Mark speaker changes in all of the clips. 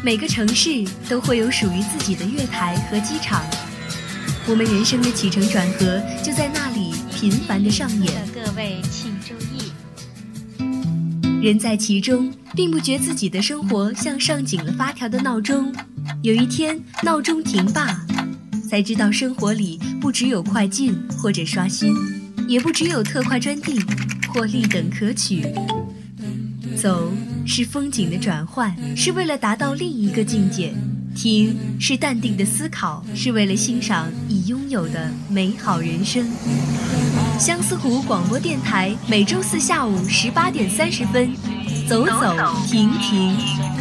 Speaker 1: 每个城市都会有属于自己的月台和机场，我们人生的起承转合就在那里频繁地上演。
Speaker 2: 各位请注意，
Speaker 1: 人在其中，并不觉自己的生活像上紧了发条的闹钟。有一天闹钟停罢，才知道生活里不只有快进或者刷新，也不只有特快专递或立等可取。走是风景的转换，是为了达到另一个境界；听是淡定的思考，是为了欣赏已拥有的美好人生。相思湖广播电台每周四下午18点30分，走走停停。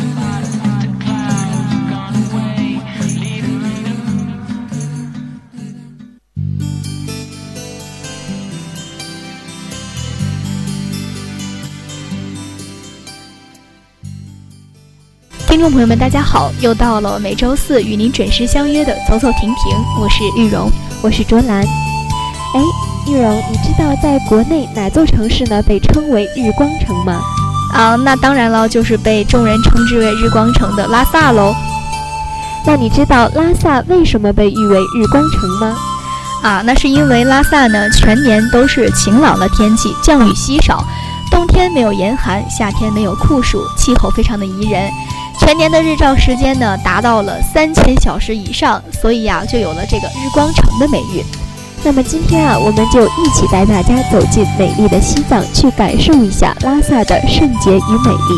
Speaker 3: 听众朋友们大家好，又到了每周四与您准时相约的走走停停，我是玉荣，
Speaker 4: 我是卓兰。玉荣，你知道在国内哪座城市呢被称为日光城吗？
Speaker 3: 那当然了，就是被众人称之为日光城的拉萨喽。
Speaker 4: 那你知道拉萨为什么被誉为日光城吗？
Speaker 3: 那是因为拉萨呢全年都是晴朗的天气，降雨稀少，冬天没有严寒，夏天没有酷暑，气候非常的宜人。全年的日照时间呢达到了3000小时以上，所以就有了这个日光城的美誉。
Speaker 4: 那么今天我们就一起带大家走进美丽的西藏，去感受一下拉萨的圣洁与美丽。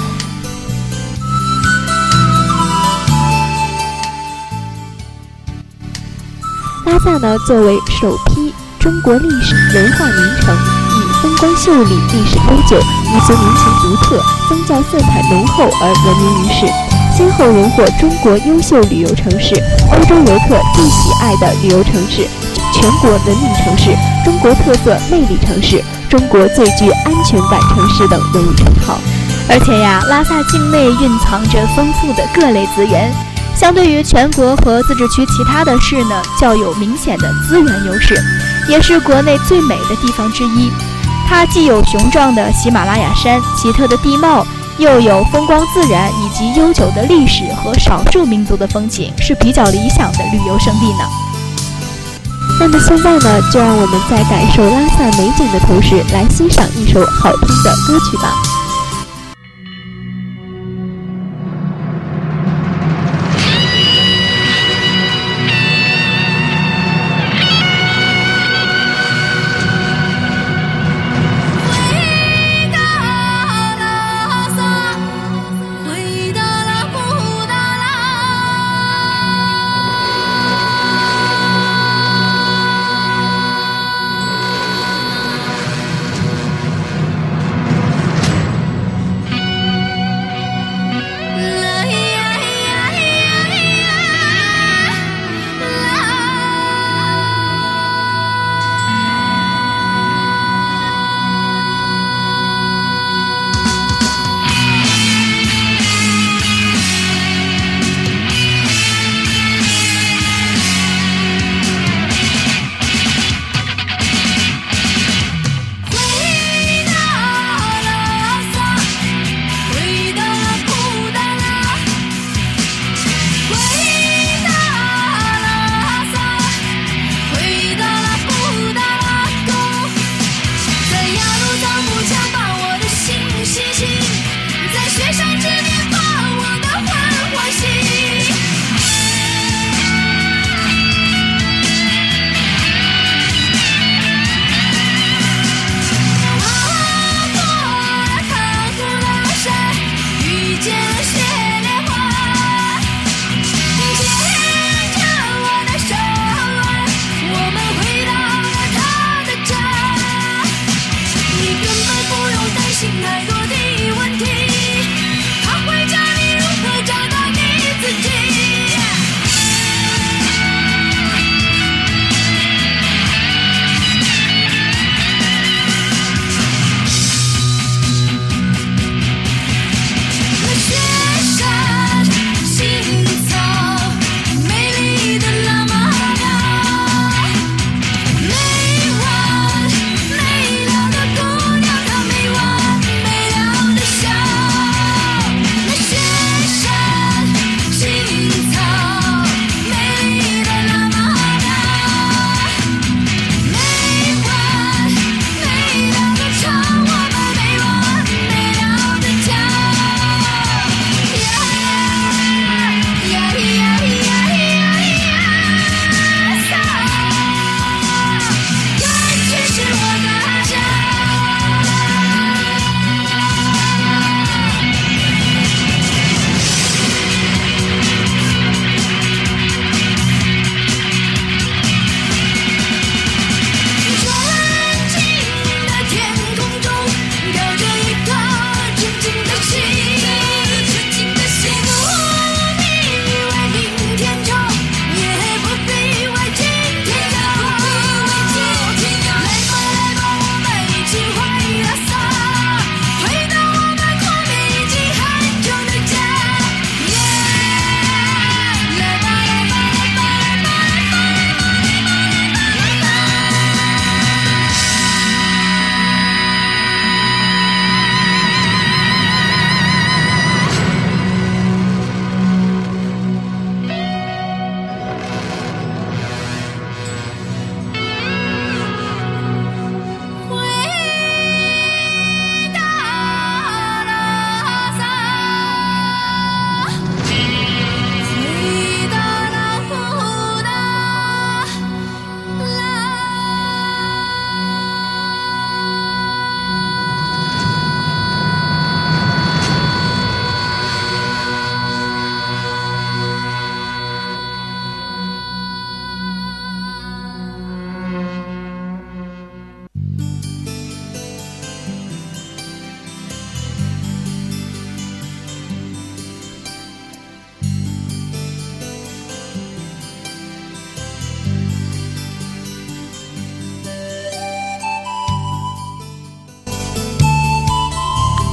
Speaker 4: 拉萨呢作为首批中国历史文化名城，以风光秀丽、历史悠久、民俗民情独特、宗教色彩浓厚而闻名于世，先后荣获中国优秀旅游城市、欧洲游客最喜爱的旅游城市、全国文明城市、中国特色魅力城市、中国最具安全感城市等荣誉称号。
Speaker 3: 而且拉萨境内蕴藏着丰富的各类资源，相对于全国和自治区其他的市呢，较有明显的资源优势，也是国内最美的地方之一。它既有雄壮的喜马拉雅山、奇特的地貌，又有风光自然以及悠久的历史和少数民族的风情，是比较理想的旅游胜地呢。
Speaker 4: 那么现在呢，就让我们在感受拉萨美景的同时，来欣赏一首好听的歌曲吧。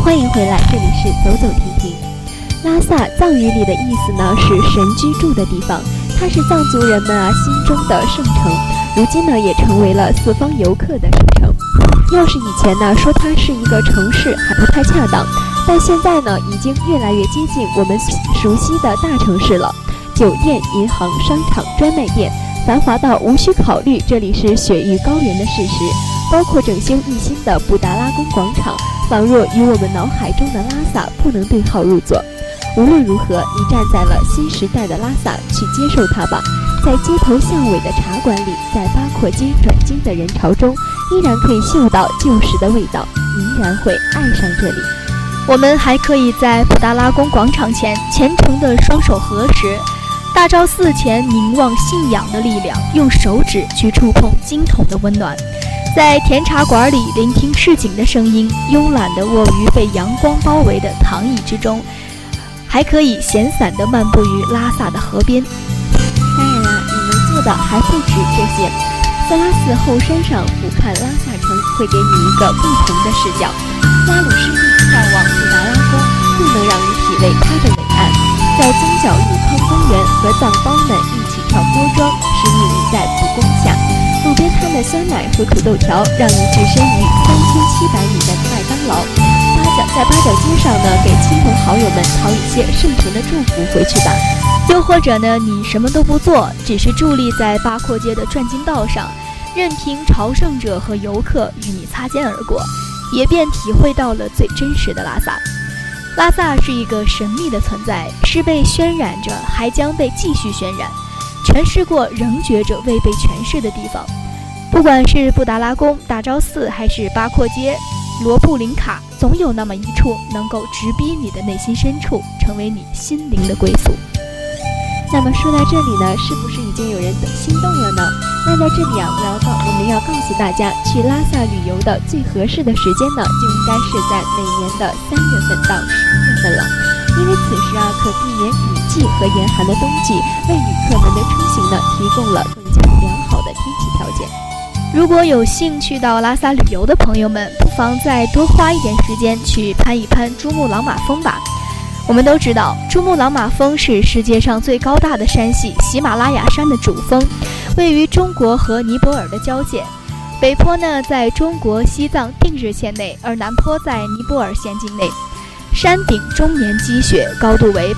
Speaker 4: 欢迎回来，这里是走走停停。拉萨藏语里的意思呢是神居住的地方，它是藏族人们心中的圣城，如今呢也成为了四方游客的圣城。要是以前呢说它是一个城市还不太恰当，但现在呢已经越来越接近我们熟悉的大城市了。酒店、银行、商场、专卖店，繁华到无需考虑这里是雪域高原的事实。包括整修一新的布达拉宫广场，仿若与我们脑海中的拉萨不能对号入座。无论如何，你站在了新时代的拉萨，去接受它吧。在街头巷尾的茶馆里，在八廓街转经的人潮中，依然可以嗅到旧时的味道，你依然会爱上这里。
Speaker 3: 我们还可以在布达拉宫广场前虔诚的双手合十，大昭寺前凝望信仰的力量，用手指去触碰经筒的温暖。在甜茶馆里聆听市井的声音，慵懒地卧于被阳光包围的躺椅之中，还可以闲散地漫步于拉萨的河边。
Speaker 4: 当然啦，你能做的还不止这些。色拉寺后山上俯瞰拉萨城，会给你一个不同的视角。拉鲁湿地眺望布达拉宫，更能让人体味它的伟岸。在宗教入康公园和藏帮们一起跳锅庄，使你迷在蒲公下。路边摊的酸奶和土豆条，让你置身于3700米的麦当劳。在八角街上呢，给亲朋好友们讨一些圣神的祝福回去吧。
Speaker 3: 又或者呢，你什么都不做，只是伫立在八廓街的转经道上，任凭朝圣者和游客与你擦肩而过，也便体会到了最真实的拉萨。拉萨是一个神秘的存在，是被渲染着，还将被继续渲染。诠释过仍觉着未被诠释的地方，不管是布达拉宫、大昭寺，还是八廓街、罗布林卡，总有那么一处能够直逼你的内心深处，成为你心灵的归宿。
Speaker 4: 那么说到这里呢，是不是已经有人心动了呢？那在这里我们要告诉大家，去拉萨旅游的最合适的时间呢，就应该是在每年的3月份到10月份了，因为此时可避免雨季和严寒的冬季，为旅客们的出行呢提供了更加良好的天气条件。
Speaker 3: 如果有兴趣到拉萨旅游的朋友们，不妨再多花一点时间去攀一攀珠穆朗玛峰吧。我们都知道，珠穆朗玛峰是世界上最高大的山系喜马拉雅山的主峰，位于中国和尼泊尔的交界。北坡呢在中国西藏定日县内，而南坡在尼泊尔县境内。山顶终年积雪，高度为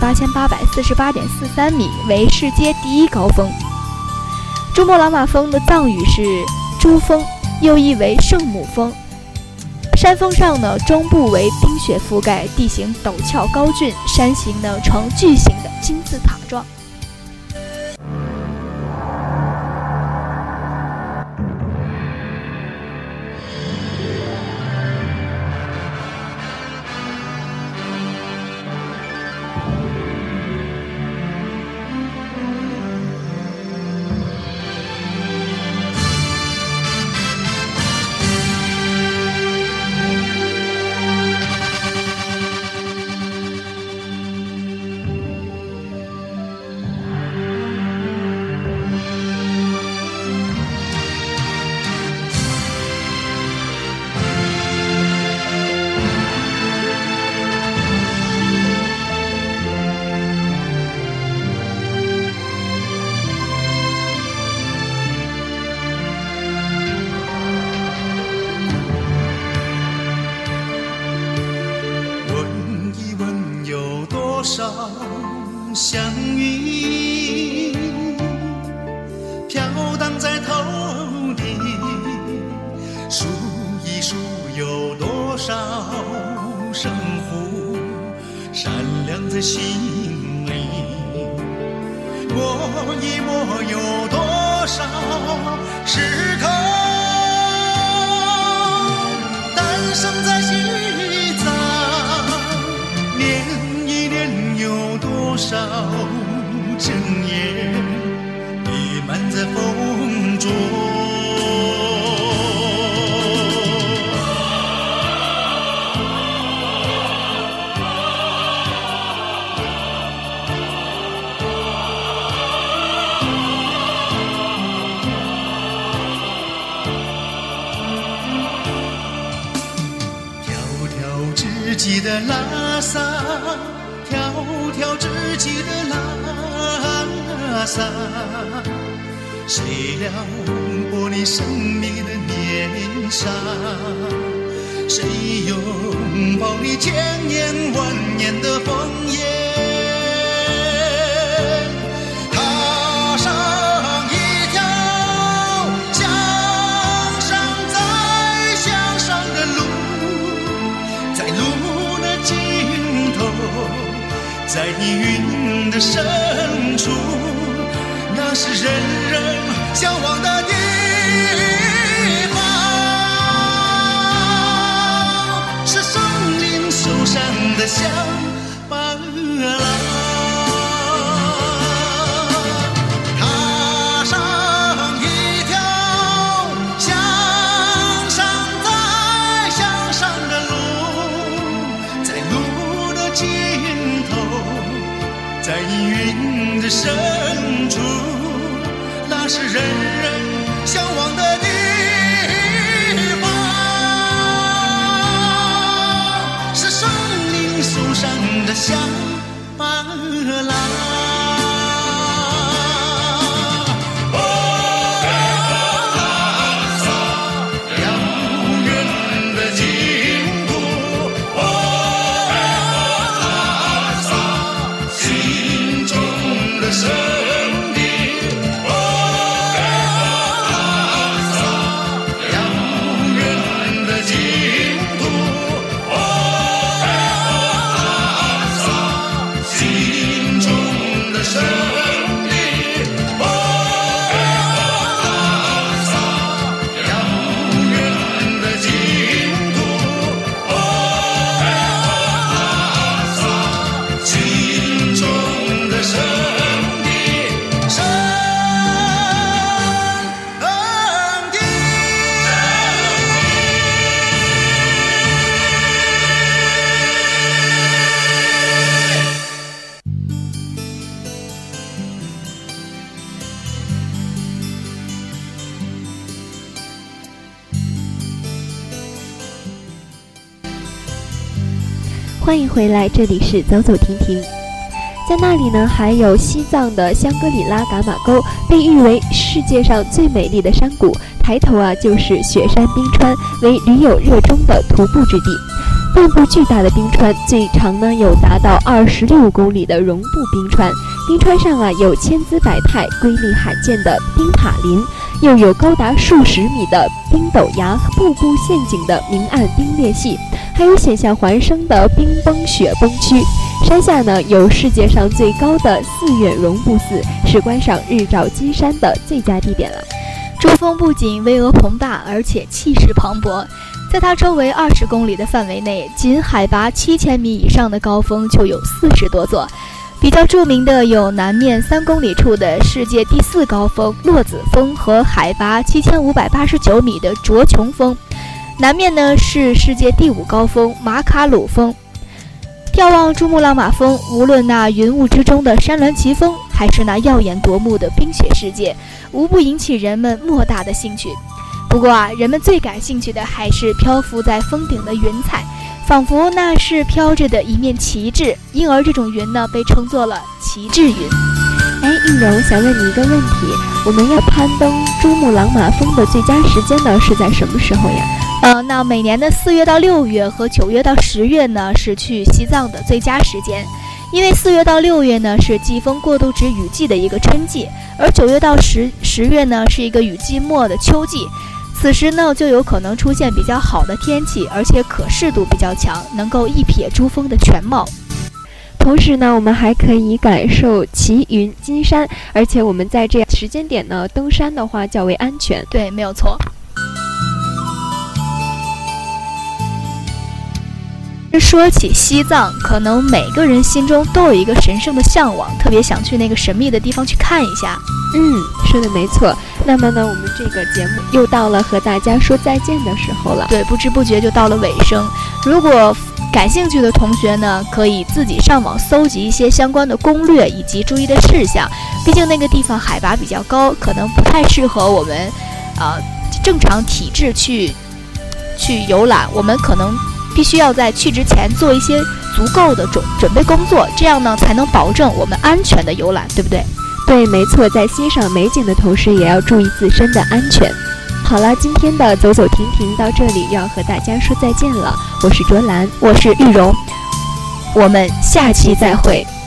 Speaker 3: 8848.43米，为世界第一高峰。珠穆朗玛峰的藏语是珠峰，又译为圣母峰。山峰上呢，中部为冰雪覆盖，地形陡峭高峻，山形呢呈巨型的金字塔状。
Speaker 5: 祥云飘荡在头顶，数一数有多少生活闪亮在心里，摸一摸有多少时刻诞生在西藏，念一念有多少真言弥漫在风中。条条知己的洒，条条知己的拉萨，谁撩拨你生命的年华？谁拥抱你千年万年的烽烟？踏上一条向上再向上的路，在路的尽头，在依云的深处，那是人人向往的地方，是生命树上的香巴拉。踏上一条向上再向上的路，在路的尽头，在依云的深处，那是人人向往的地方，是生命树上的香巴拉。
Speaker 4: 欢迎回来，这里是走走停停。在那里呢，还有西藏的香格里拉噶玛沟，被誉为世界上最美丽的山谷。抬头就是雪山冰川，为驴友热衷的徒步之地。遍布巨大的冰川，最长呢有达到26公里的绒布冰川。冰川上有千姿百态、瑰丽罕见的冰塔林，又有高达数十米的冰陡崖、步步陷阱的明暗冰裂隙，还有险象环生的冰崩雪崩区。山下呢有世界上最高的寺院绒布寺，是观赏日照金山的最佳地点了。
Speaker 3: 珠峰不仅巍峨宏大，而且气势磅礴。在它周围20公里的范围内，仅海拔7000米以上的高峰就有40多座。比较著名的有南面3公里处的世界第4高峰洛子峰和海拔7589米的卓琼峰，南面呢是世界第5高峰马卡鲁峰。眺望珠穆朗玛峰，无论那云雾之中的山峦奇峰，还是那耀眼夺目的冰雪世界，无不引起人们莫大的兴趣。不过人们最感兴趣的还是漂浮在峰顶的云彩，仿佛那是飘着的一面旗帜，因而这种云呢被称作了旗帜云。
Speaker 4: 玉柔，想问你一个问题，我们要攀登珠穆朗玛峰的最佳时间呢是在什么时候呀？
Speaker 3: 那每年的4月到6月和9月到10月呢是去西藏的最佳时间。因为4月到6月呢是季风过渡至雨季的一个春季，而9月到10月呢是一个雨季末的秋季。此时呢就有可能出现比较好的天气，而且可视度比较强，能够一瞥珠峰的全貌。
Speaker 4: 同时呢我们还可以感受奇云金山，而且我们在这时间点呢登山的话较为安全。
Speaker 3: 对，没有错。说起西藏，可能每个人心中都有一个神圣的向往，特别想去那个神秘的地方去看一下。
Speaker 4: 说的没错。那么呢我们这个节目又到了和大家说再见的时候了。
Speaker 3: 对，不知不觉就到了尾声。如果感兴趣的同学呢，可以自己上网搜集一些相关的攻略以及注意的事项，毕竟那个地方海拔比较高，可能不太适合我们正常体质去游览，我们可能必须要在去之前做一些足够的准备工作，这样呢才能保证我们安全的游览，对不对？
Speaker 4: 对，没错，在欣赏美景的同时，也要注意自身的安全。好了，今天的走走停停到这里要和大家说再见了。我是卓兰，
Speaker 3: 我是玉荣，我们下期再会。